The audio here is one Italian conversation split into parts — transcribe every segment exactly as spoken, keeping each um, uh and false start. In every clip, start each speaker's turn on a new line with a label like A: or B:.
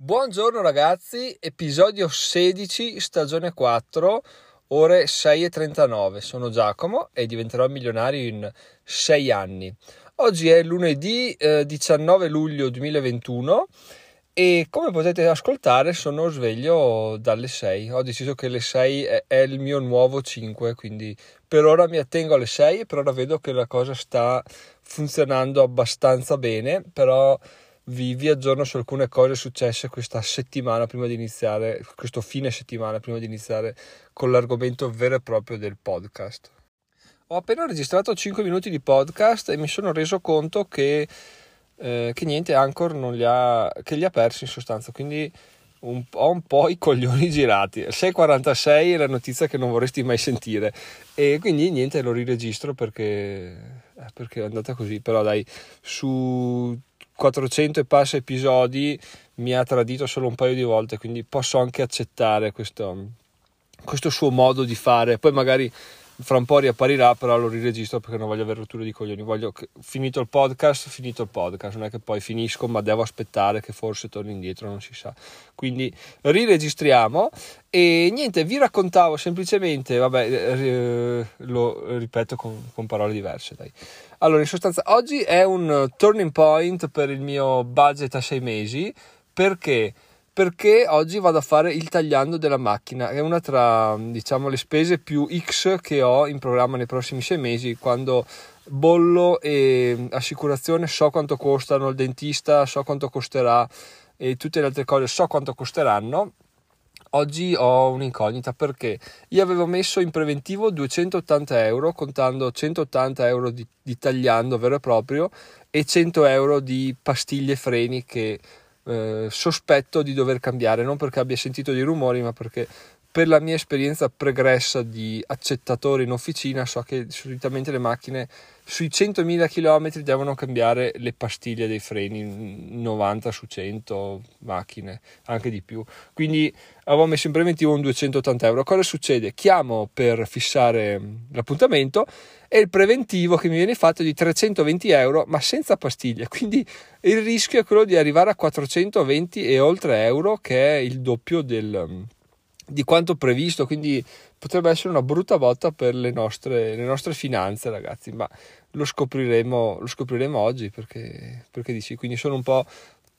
A: Buongiorno ragazzi, episodio sedici, stagione quattro, ore sei e trentanove. Sono Giacomo e diventerò milionario in sei anni. Oggi è lunedì eh, diciannove luglio duemilaventuno e come potete ascoltare sono sveglio dalle sei. Ho deciso che le sei è, è il mio nuovo cinque, quindi per ora mi attengo alle sei e per ora vedo che la cosa sta funzionando abbastanza bene, però Vi, vi aggiorno su alcune cose successe questa settimana prima di iniziare, questo fine settimana prima di iniziare con l'argomento vero e proprio del podcast. Ho appena registrato cinque minuti di podcast e mi sono reso conto che, eh, che niente, Anchor non li ha, che li ha persi in sostanza, quindi un, ho un po' i coglioni girati. sei e quarantasei è la notizia che non vorresti mai sentire e quindi niente, lo riregistro perché, perché è andata così, però dai, su quattrocento e passa episodi mi ha tradito solo un paio di volte, quindi posso anche accettare questo, questo suo modo di fare. Poi magari fra un po' riapparirà, però lo riregistro perché non voglio avere rotture di coglioni. Voglio che, finito il podcast, finito il podcast, non è che poi finisco ma devo aspettare che forse torni indietro, non si sa. Quindi riregistriamo e niente, vi raccontavo semplicemente, vabbè, eh, lo ripeto con, con parole diverse, dai. Allora, in sostanza, oggi è un turning point per il mio budget a sei mesi, perché? Perché oggi vado a fare il tagliando della macchina, è una tra, diciamo, le spese più X che ho in programma nei prossimi sei mesi, quando bollo e assicurazione so quanto costano, il dentista so quanto costerà e tutte le altre cose so quanto costeranno. Oggi ho un'incognita perché io avevo messo in preventivo duecentottanta euro, contando centottanta euro di, di tagliando vero e proprio e cento euro di pastiglie freni che eh, sospetto di dover cambiare, non perché abbia sentito dei rumori ma perché per la mia esperienza pregressa di accettatore in officina so che solitamente le macchine sui centomila chilometri devono cambiare le pastiglie dei freni, novanta su cento macchine, anche di più. Quindi avevo messo in preventivo un duecentottanta euro. Cosa succede? Chiamo per fissare l'appuntamento e il preventivo che mi viene fatto è di trecentoventi euro ma senza pastiglie, quindi il rischio è quello di arrivare a quattrocentoventi e oltre euro, che è il doppio del... di quanto previsto, quindi potrebbe essere una brutta botta per le nostre, le nostre finanze, ragazzi, ma lo scopriremo, lo scopriremo oggi perché, perché dici, quindi sono un po',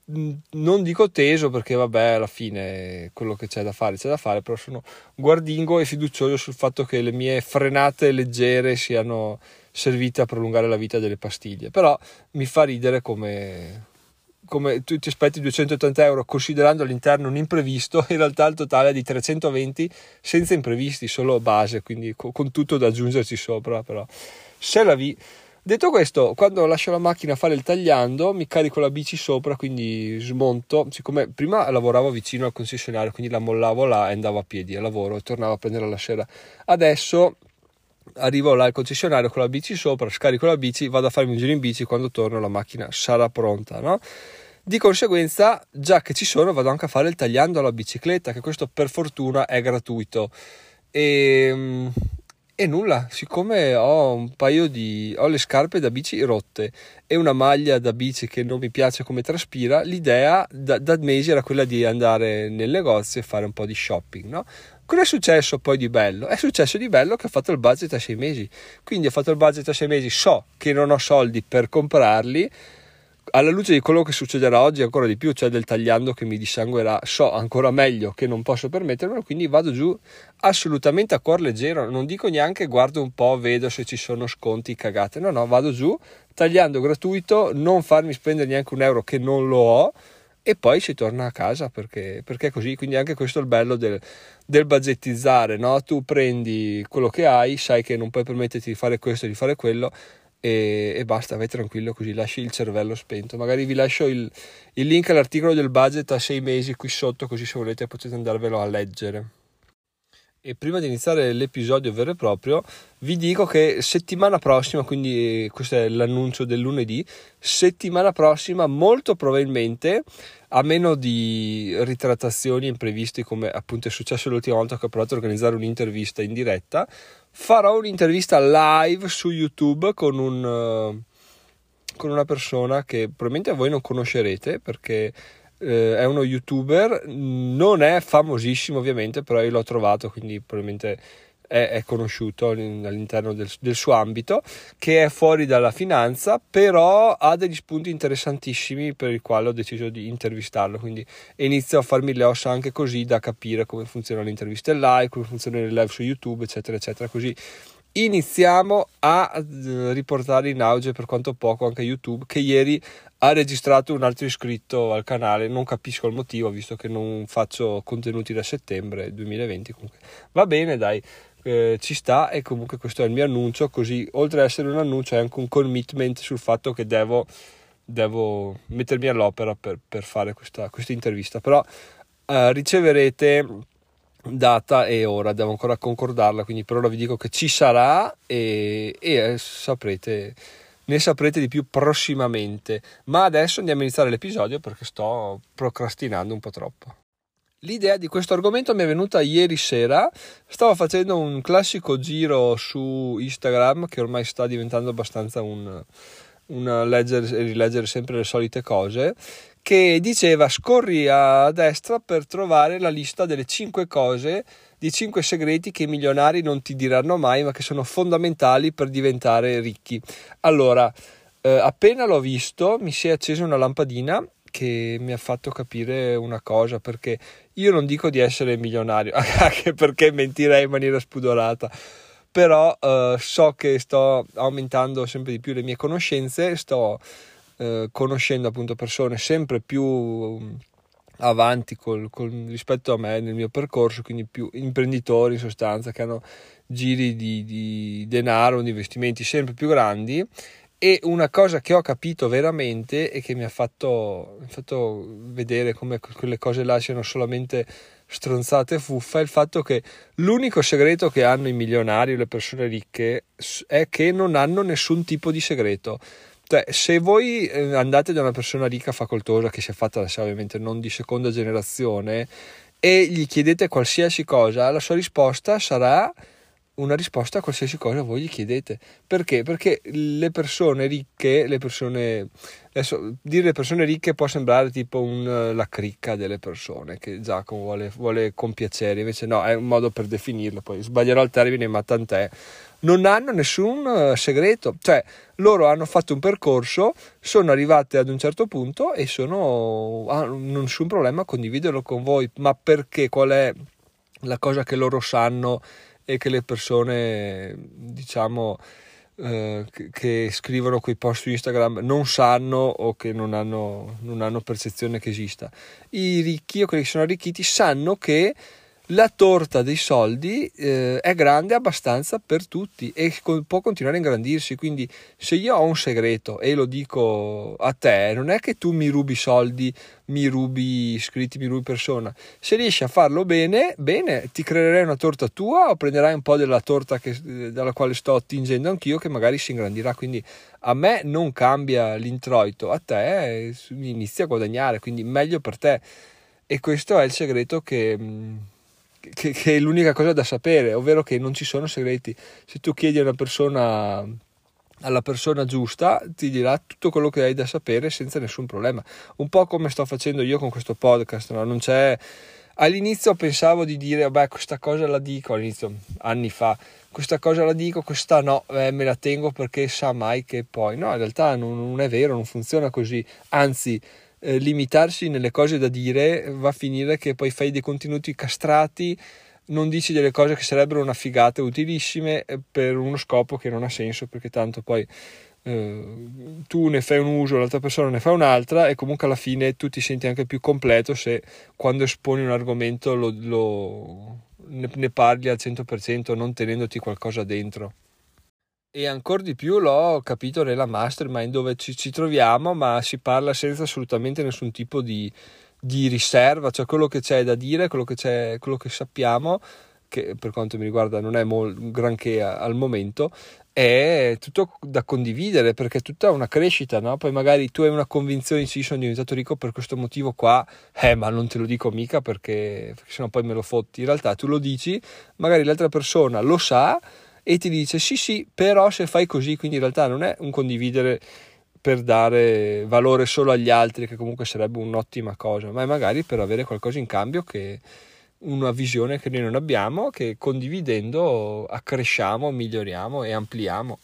A: non dico teso perché vabbè alla fine quello che c'è da fare c'è da fare, però sono guardingo e fiducioso sul fatto che le mie frenate leggere siano servite a prolungare la vita delle pastiglie. Però mi fa ridere come... come tu ti aspetti duecentottanta euro considerando all'interno un imprevisto, in realtà il totale è di trecentoventi senza imprevisti, solo base, quindi con tutto da aggiungerci sopra. Però se la vi. Detto questo, quando lascio la macchina a fare il tagliando mi carico la bici sopra, quindi smonto, siccome prima lavoravo vicino al concessionario, quindi la mollavo là e andavo a piedi al lavoro e tornavo a prenderla la sera. Adesso arrivo là al concessionario con la bici sopra, scarico la bici, vado a farmi un giro in bici, quando torno la macchina sarà pronta, no? Di conseguenza, già che ci sono, vado anche a fare il tagliando alla bicicletta, che questo per fortuna è gratuito. E, e nulla, siccome ho un paio di... ho le scarpe da bici rotte e una maglia da bici che non mi piace come traspira, l'idea da, da mesi era quella di andare nel negozio e fare un po' di shopping, no? Cosa è successo poi di bello? È successo di bello che ho fatto il budget a sei mesi, quindi ho fatto il budget a sei mesi, so che non ho soldi per comprarli. Alla luce di quello che succederà oggi ancora di più, cioè del tagliando che mi dissanguerà, so ancora meglio che non posso permettermelo, quindi vado giù assolutamente a cuor leggero, non dico neanche guardo un po', vedo se ci sono sconti, cagate, no no, vado giù, tagliando gratuito, non farmi spendere neanche un euro che non lo ho e poi si torna a casa perché, perché è così. Quindi anche questo è il bello del, del budgetizzare, no? Tu prendi quello che hai, sai che non puoi permetterti di fare questo e di fare quello, E, e basta, vai tranquillo, così lasci il cervello spento. Magari vi lascio il, il link all'articolo del budget a sei mesi qui sotto, così se volete potete andarvelo a leggere. E prima di iniziare l'episodio vero e proprio vi dico che settimana prossima, quindi questo è l'annuncio del lunedì, settimana prossima molto probabilmente, a meno di ritrattazioni imprevisti come appunto è successo l'ultima volta che ho provato a organizzare un'intervista in diretta, farò un'intervista live su YouTube con un con una persona che probabilmente voi non conoscerete perché eh, è uno youtuber, non è famosissimo ovviamente, però io l'ho trovato, quindi probabilmente è, è conosciuto all'interno del, del suo ambito, che è fuori dalla finanza, però ha degli spunti interessantissimi per i quali ho deciso di intervistarlo, quindi inizio a farmi le ossa anche così da capire come funzionano le interviste live, come funzionano le live su YouTube, eccetera eccetera, così iniziamo a riportare in auge per quanto poco anche YouTube, che ieri ha registrato un altro iscritto al canale. Non capisco il motivo, visto che non faccio contenuti da settembre duemilaventi. Comunque va bene, dai, eh, ci sta. E comunque questo è il mio annuncio, così oltre ad essere un annuncio è anche un commitment sul fatto che devo, devo mettermi all'opera per, per fare questa, questa intervista. Però eh, riceverete data e ora, devo ancora concordarla, quindi per ora vi dico che ci sarà e, e saprete, ne saprete di più prossimamente. Ma adesso andiamo a iniziare l'episodio perché sto procrastinando un po' troppo. L'idea di questo argomento mi è venuta ieri sera. Stavo facendo un classico giro su Instagram, che ormai sta diventando abbastanza un, un leggere e rileggere sempre le solite cose, che diceva: scorri a destra per trovare la lista delle cinque cose, di cinque segreti che i milionari non ti diranno mai, ma che sono fondamentali per diventare ricchi. Allora, eh, appena l'ho visto mi si è accesa una lampadina che mi ha fatto capire una cosa, perché io non dico di essere milionario, anche perché mentirei in maniera spudorata, però eh, so che sto aumentando sempre di più le mie conoscenze, sto eh, conoscendo appunto persone sempre più avanti col, col, rispetto a me nel mio percorso, quindi più imprenditori in sostanza, che hanno giri di, di denaro, di investimenti sempre più grandi. E una cosa che ho capito veramente e che mi ha fatto, mi ha fatto vedere come quelle cose là siano solamente stronzate e fuffa, è il fatto che l'unico segreto che hanno i milionari o le persone ricche è che non hanno nessun tipo di segreto. Cioè, se voi andate da una persona ricca facoltosa che si è fatta da sé, ovviamente non di seconda generazione, e gli chiedete qualsiasi cosa, la sua risposta sarà una risposta a qualsiasi cosa voi gli chiedete. Perché? Perché le persone ricche, le persone, adesso dire le persone ricche può sembrare tipo un, la cricca delle persone che Giacomo vuole, vuole compiacere, invece no, è un modo per definirlo, poi sbaglierò il termine ma tant'è. Non hanno nessun segreto, cioè loro hanno fatto un percorso, sono arrivate ad un certo punto e sono, hanno nessun problema a condividerlo con voi. Ma perché? Qual è la cosa che loro sanno e che le persone, diciamo, eh, che, che scrivono quei post su Instagram non sanno o che non hanno, non hanno percezione che esista? I ricchi o quelli che sono arricchiti sanno che la torta dei soldi eh, è grande abbastanza per tutti e co- può continuare a ingrandirsi. Quindi se io ho un segreto e lo dico a te, non è che tu mi rubi soldi, mi rubi iscritti, mi rubi persona. Se riesci a farlo bene, bene, ti creerai una torta tua o prenderai un po' della torta che, dalla quale sto attingendo anch'io, che magari si ingrandirà. Quindi a me non cambia l'introito, a te inizi a guadagnare, quindi meglio per te. E questo è il segreto che... Che, che è l'unica cosa da sapere, ovvero che non ci sono segreti. Se tu chiedi a una persona, alla persona giusta, ti dirà tutto quello che hai da sapere senza nessun problema. Un po' come sto facendo io con questo podcast, no? Non c'è... All'inizio pensavo di dire, vabbè, questa cosa la dico, all'inizio, anni fa, questa cosa la dico, questa no, eh, me la tengo perché sa mai che poi... No, in realtà non, non è vero, non funziona così, anzi... Eh, limitarsi nelle cose da dire va a finire che poi fai dei contenuti castrati, non dici delle cose che sarebbero una figata utilissime eh, per uno scopo che non ha senso, perché tanto poi eh, tu ne fai un uso, l'altra persona ne fa un'altra, e comunque alla fine tu ti senti anche più completo se quando esponi un argomento lo, lo, ne, ne parli al cento per cento, non tenendoti qualcosa dentro. E ancora di più l'ho capito nella mastermind, dove ci, ci troviamo, ma si parla senza assolutamente nessun tipo di, di riserva, cioè quello che c'è da dire, quello che c'è, quello che sappiamo, che per quanto mi riguarda non è mol, granché a, al momento, è tutto da condividere, perché è tutta una crescita, no? Poi magari tu hai una convinzione, sì, sono diventato ricco per questo motivo qua, eh, ma non te lo dico mica perché, perché sennò poi me lo fotti. In realtà tu lo dici, magari l'altra persona lo sa e ti dice sì sì, però se fai così, quindi in realtà non è un condividere per dare valore solo agli altri, che comunque sarebbe un'ottima cosa, ma magari per avere qualcosa in cambio, che una visione che noi non abbiamo, che condividendo accresciamo, miglioriamo e ampliamo.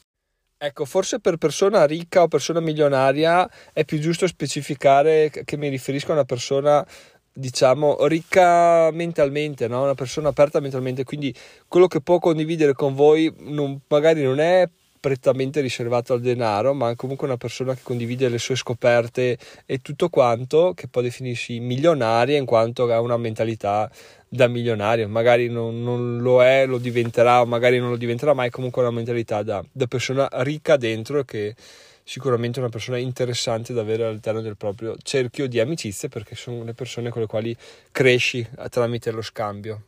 A: Ecco, forse per persona ricca o persona milionaria è più giusto specificare che mi riferisco a una persona, diciamo, ricca mentalmente, no? Una persona aperta mentalmente, quindi quello che può condividere con voi non, magari non è prettamente riservato al denaro, ma è comunque una persona che condivide le sue scoperte e tutto quanto, che può definirsi milionaria in quanto ha una mentalità da milionario. Magari non, non lo è, lo diventerà, magari non lo diventerà mai, comunque una mentalità da, da persona ricca dentro, che sicuramente è una persona interessante da avere all'interno del proprio cerchio di amicizie, perché sono le persone con le quali cresci tramite lo scambio.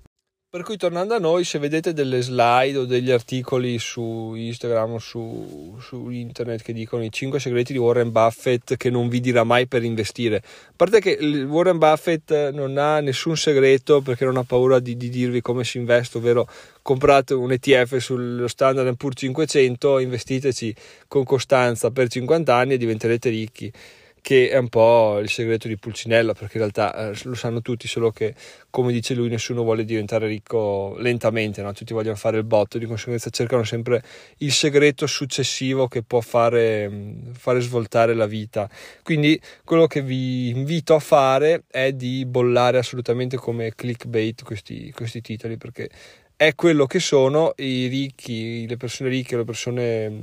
A: Per cui, tornando a noi, se vedete delle slide o degli articoli su Instagram o su, su internet che dicono i cinque segreti di Warren Buffett che non vi dirà mai per investire, a parte che Warren Buffett non ha nessun segreto, perché non ha paura di, di dirvi come si investe, ovvero comprate un E T F sullo Standard and Poor's cinquecento, investiteci con costanza per cinquanta anni e diventerete ricchi, che è un po' il segreto di Pulcinella, perché in realtà eh, lo sanno tutti, solo che, come dice lui, nessuno vuole diventare ricco lentamente, no? Tutti vogliono fare il botto, di conseguenza cercano sempre il segreto successivo che può fare, fare svoltare la vita. Quindi quello che vi invito a fare è di bollare assolutamente come clickbait questi, questi titoli, perché è quello che sono i ricchi, le persone ricche, le persone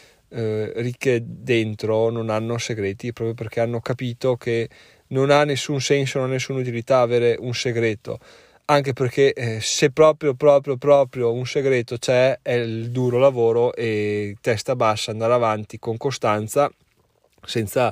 A: Eh, ricche dentro non hanno segreti, proprio perché hanno capito che non ha nessun senso, non ha nessuna utilità avere un segreto, anche perché eh, se proprio proprio proprio un segreto c'è, è il duro lavoro e testa bassa, andare avanti con costanza senza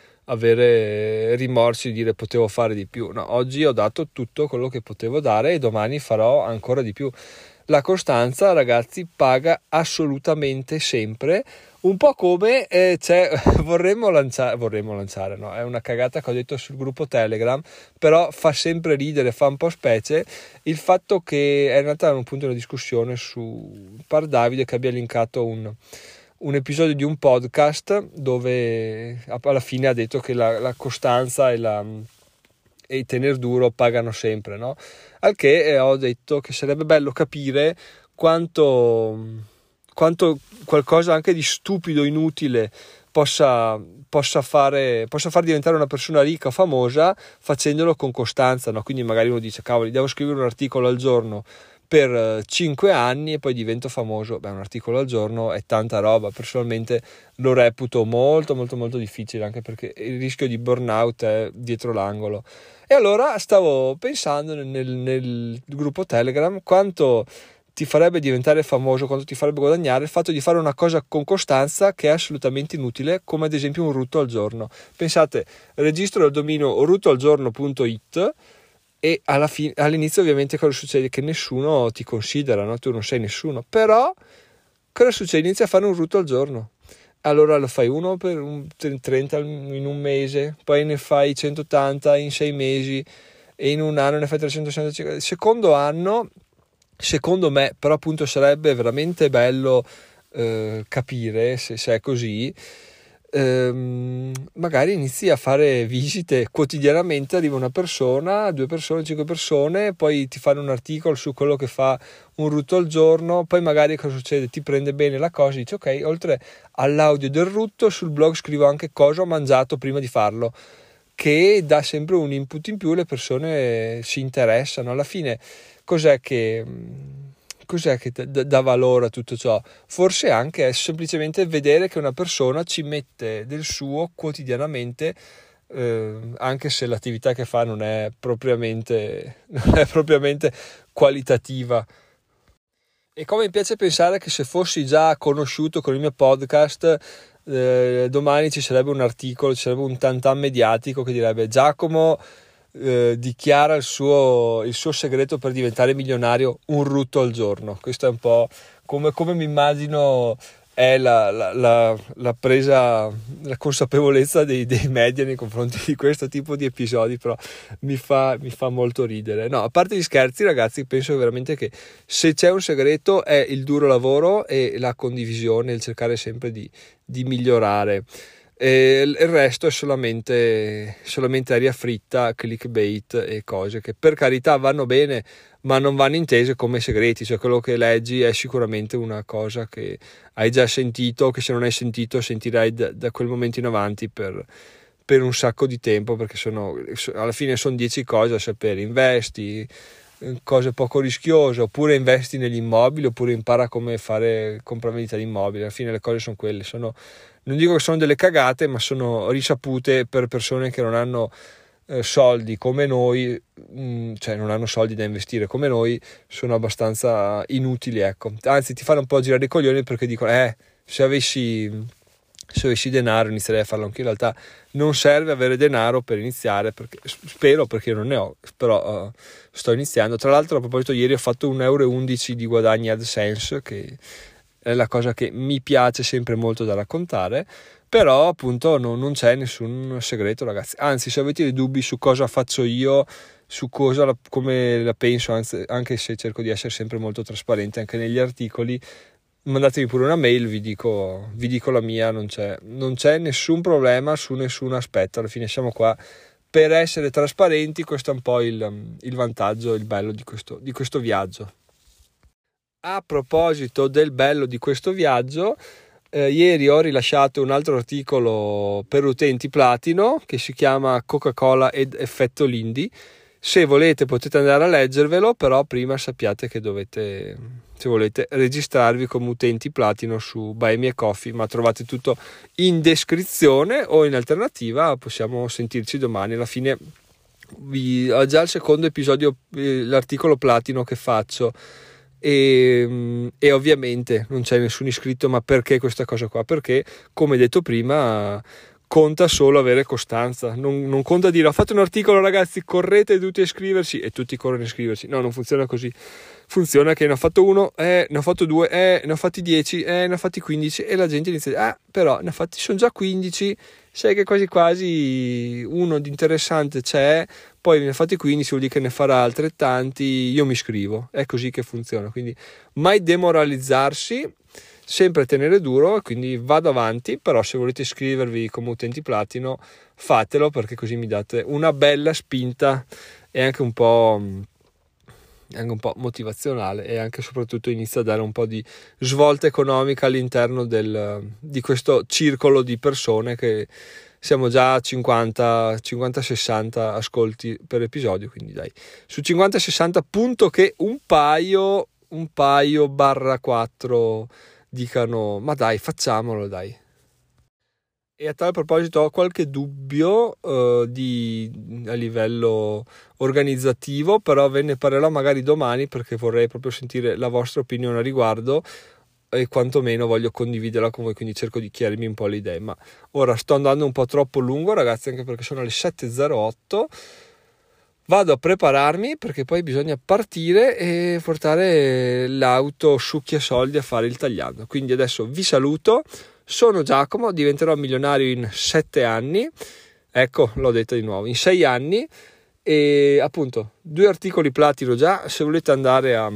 A: avere rimorsi di dire potevo fare di più. No, oggi ho dato tutto quello che potevo dare e domani farò ancora di più. La costanza, ragazzi, paga assolutamente sempre. Un po' come eh, c'è, vorremmo lanciare, vorremmo lanciare, no? È una cagata che ho detto sul gruppo Telegram, però fa sempre ridere, fa un po' specie il fatto che è nata un punto di discussione su Par Davide, che abbia linkato un, un episodio di un podcast dove alla fine ha detto che la, la costanza e la e il tener duro pagano sempre, no? Al che eh, ho detto che sarebbe bello capire quanto, quanto qualcosa anche di stupido, inutile possa, possa fare possa far diventare una persona ricca o famosa facendolo con costanza, no? Quindi magari uno dice: cavoli, devo scrivere un articolo al giorno per cinque anni e poi divento famoso. Beh, un articolo al giorno è tanta roba. Personalmente lo reputo molto molto molto difficile, anche perché il rischio di burnout è dietro l'angolo. E allora stavo pensando nel, nel gruppo Telegram quanto ti farebbe diventare famoso, quanto ti farebbe guadagnare il fatto di fare una cosa con costanza che è assolutamente inutile, come ad esempio un rutto al giorno. Pensate, registro il dominio ruttoalgiorno punto it e alla fine, all'inizio ovviamente cosa succede? Che nessuno ti considera, no? Tu non sei nessuno, però cosa succede? Inizi a fare un rutto al giorno. Allora lo fai uno per un trenta in un mese, poi ne fai centottanta in sei mesi e in un anno ne fai trecentosessantacinque. Il secondo anno, secondo me, però appunto sarebbe veramente bello eh, capire se, se è così, ehm, magari inizi a fare visite quotidianamente, arriva una persona, due persone, cinque persone, poi ti fanno un articolo su quello che fa un rutto al giorno, poi magari cosa succede? Ti prende bene la cosa, dici ok, oltre all'audio del rutto sul blog scrivo anche cosa ho mangiato prima di farlo, che dà sempre un input in più, le persone si interessano. Alla fine cos'è che cos'è che d- dà valore a tutto ciò? Forse anche è semplicemente vedere che una persona ci mette del suo quotidianamente, eh, anche se l'attività che fa non è propriamente non è propriamente qualitativa. E come mi piace pensare che se fossi già conosciuto con il mio podcast, eh, domani ci sarebbe un articolo, ci sarebbe un tantan mediatico che direbbe: Giacomo eh, dichiara il suo, il suo segreto per diventare milionario, un rutto al giorno. Questo è un po' come, come mi immagino è la, la, la, la presa, la consapevolezza dei, dei media nei confronti di questo tipo di episodi, però mi fa, mi fa molto ridere. No, a parte gli scherzi, ragazzi, penso veramente che se c'è un segreto è il duro lavoro e la condivisione, il cercare sempre di, di migliorare. E il resto è solamente, solamente aria fritta, clickbait e cose che per carità vanno bene, ma non vanno intese come segreti. Cioè quello che leggi è sicuramente una cosa che hai già sentito, che se non hai sentito sentirai da, da quel momento in avanti per, per un sacco di tempo, perché sono, alla fine sono dieci cose da sapere. Investi, cose poco rischiose, oppure investi negli immobili, oppure impara come fare compravendita di immobili. Alla fine le cose sono quelle, sono, non dico che sono delle cagate, ma sono risapute per persone che non hanno eh, soldi come noi, mh, cioè non hanno soldi da investire come noi, sono abbastanza inutili, ecco. Anzi, ti fanno un po' girare i coglioni, perché dicono eh se avessi se avessi denaro inizierei a farlo anche. In realtà non serve avere denaro per iniziare, perché spero, perché io non ne ho, però uh, sto iniziando. Tra l'altro, a proposito, ieri ho fatto un euro e undici di guadagni AdSense, che è la cosa che mi piace sempre molto da raccontare. Però appunto no, non c'è nessun segreto, ragazzi. Anzi, se avete dei dubbi su cosa faccio io, su cosa la, come la penso, anzi, anche se cerco di essere sempre molto trasparente anche negli articoli, mandatemi pure una mail, vi dico, vi dico la mia. Non c'è, non c'è nessun problema su nessun aspetto. Alla fine siamo qua per essere trasparenti. Questo è un po' il, il vantaggio, il bello di questo, di questo viaggio. A proposito del bello di questo viaggio, eh, ieri ho rilasciato un altro articolo per utenti platino che si chiama Coca-Cola ed effetto Lindy. Se volete potete andare a leggervelo, però prima sappiate che dovete, se volete, registrarvi come utenti platino su Buy Me a Coffee, ma trovate tutto in descrizione, o in alternativa possiamo sentirci domani. Alla fine vi ho già il secondo episodio, eh, l'articolo platino che faccio, e, e ovviamente non c'è nessun iscritto. Ma perché questa cosa qua? Perché, come detto prima, conta solo avere costanza. Non, non conta dire ho fatto un articolo, ragazzi, correte tutti a iscriversi, e tutti corrono a iscriversi. No, non funziona così. Funziona che ne ho fatto uno, eh, ne ho fatto due, eh, ne ho fatti dieci, eh, ne ho fatti quindici, e la gente inizia a dire ah, però ne ho fatti, sono già quindici, sai che quasi quasi uno di interessante c'è, poi ne ho fatti quindici, vuol dire che ne farà altrettanti, io mi iscrivo. È così che funziona. Quindi mai demoralizzarsi, sempre tenere duro, quindi vado avanti. Però se volete iscrivervi come utenti platino, fatelo, perché così mi date una bella spinta, e anche un po' anche un po' motivazionale, e anche soprattutto inizia a dare un po' di svolta economica all'interno del, di questo circolo di persone, che siamo già a cinquanta sessanta ascolti per episodio. Quindi dai, su cinquanta sessanta, punto che un paio un paio barra quattro dicano ma dai, facciamolo, dai. E a tal proposito ho qualche dubbio uh, di, a livello organizzativo, però ve ne parlerò magari domani, perché vorrei proprio sentire la vostra opinione a riguardo, e quantomeno voglio condividerla con voi, quindi cerco di chiarirmi un po' le idee. Ma ora sto andando un po' troppo lungo, ragazzi, anche perché sono le sette e zero otto. Vado a prepararmi, perché poi bisogna partire e portare l'auto succhia soldi a fare il tagliando. Quindi adesso vi saluto. Sono Giacomo, diventerò milionario in sette anni. Ecco, l'ho detta di nuovo, in sei anni. E appunto, due articoli platino già. Se volete andare a,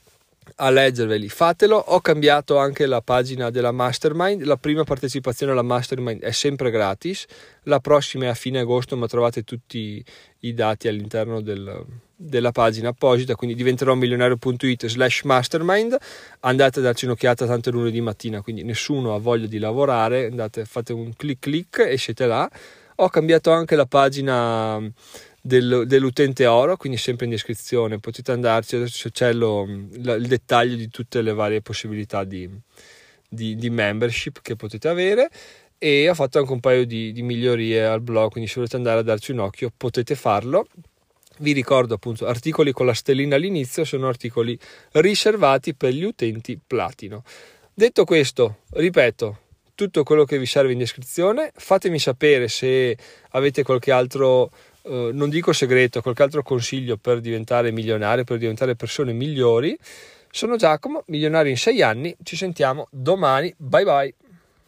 A: a leggerveli, fatelo. Ho cambiato anche la pagina della Mastermind. La prima partecipazione alla Mastermind è sempre gratis. La prossima è a fine agosto, ma trovate tutti i dati all'interno del, della pagina apposita. Quindi diventerò milionario punto it slash mastermind. Andate a darci un'occhiata, tanto è lunedì mattina, quindi nessuno ha voglia di lavorare. Andate, fate un clic clic e siete là. Ho cambiato anche la pagina del, dell'utente oro, quindi sempre in descrizione potete andarci. Adesso c'è lo, il dettaglio di tutte le varie possibilità di, di, di membership che potete avere. E ho fatto anche un paio di, di migliorie al blog, quindi se volete andare a darci un occhio potete farlo. Vi ricordo appunto, articoli con la stellina all'inizio sono articoli riservati per gli utenti platino. Detto questo, ripeto, tutto quello che vi serve in descrizione. Fatemi sapere se avete qualche altro, eh, non dico segreto, qualche altro consiglio per diventare milionari, per diventare persone migliori. Sono Giacomo, milionario in sei anni, ci sentiamo domani, bye bye!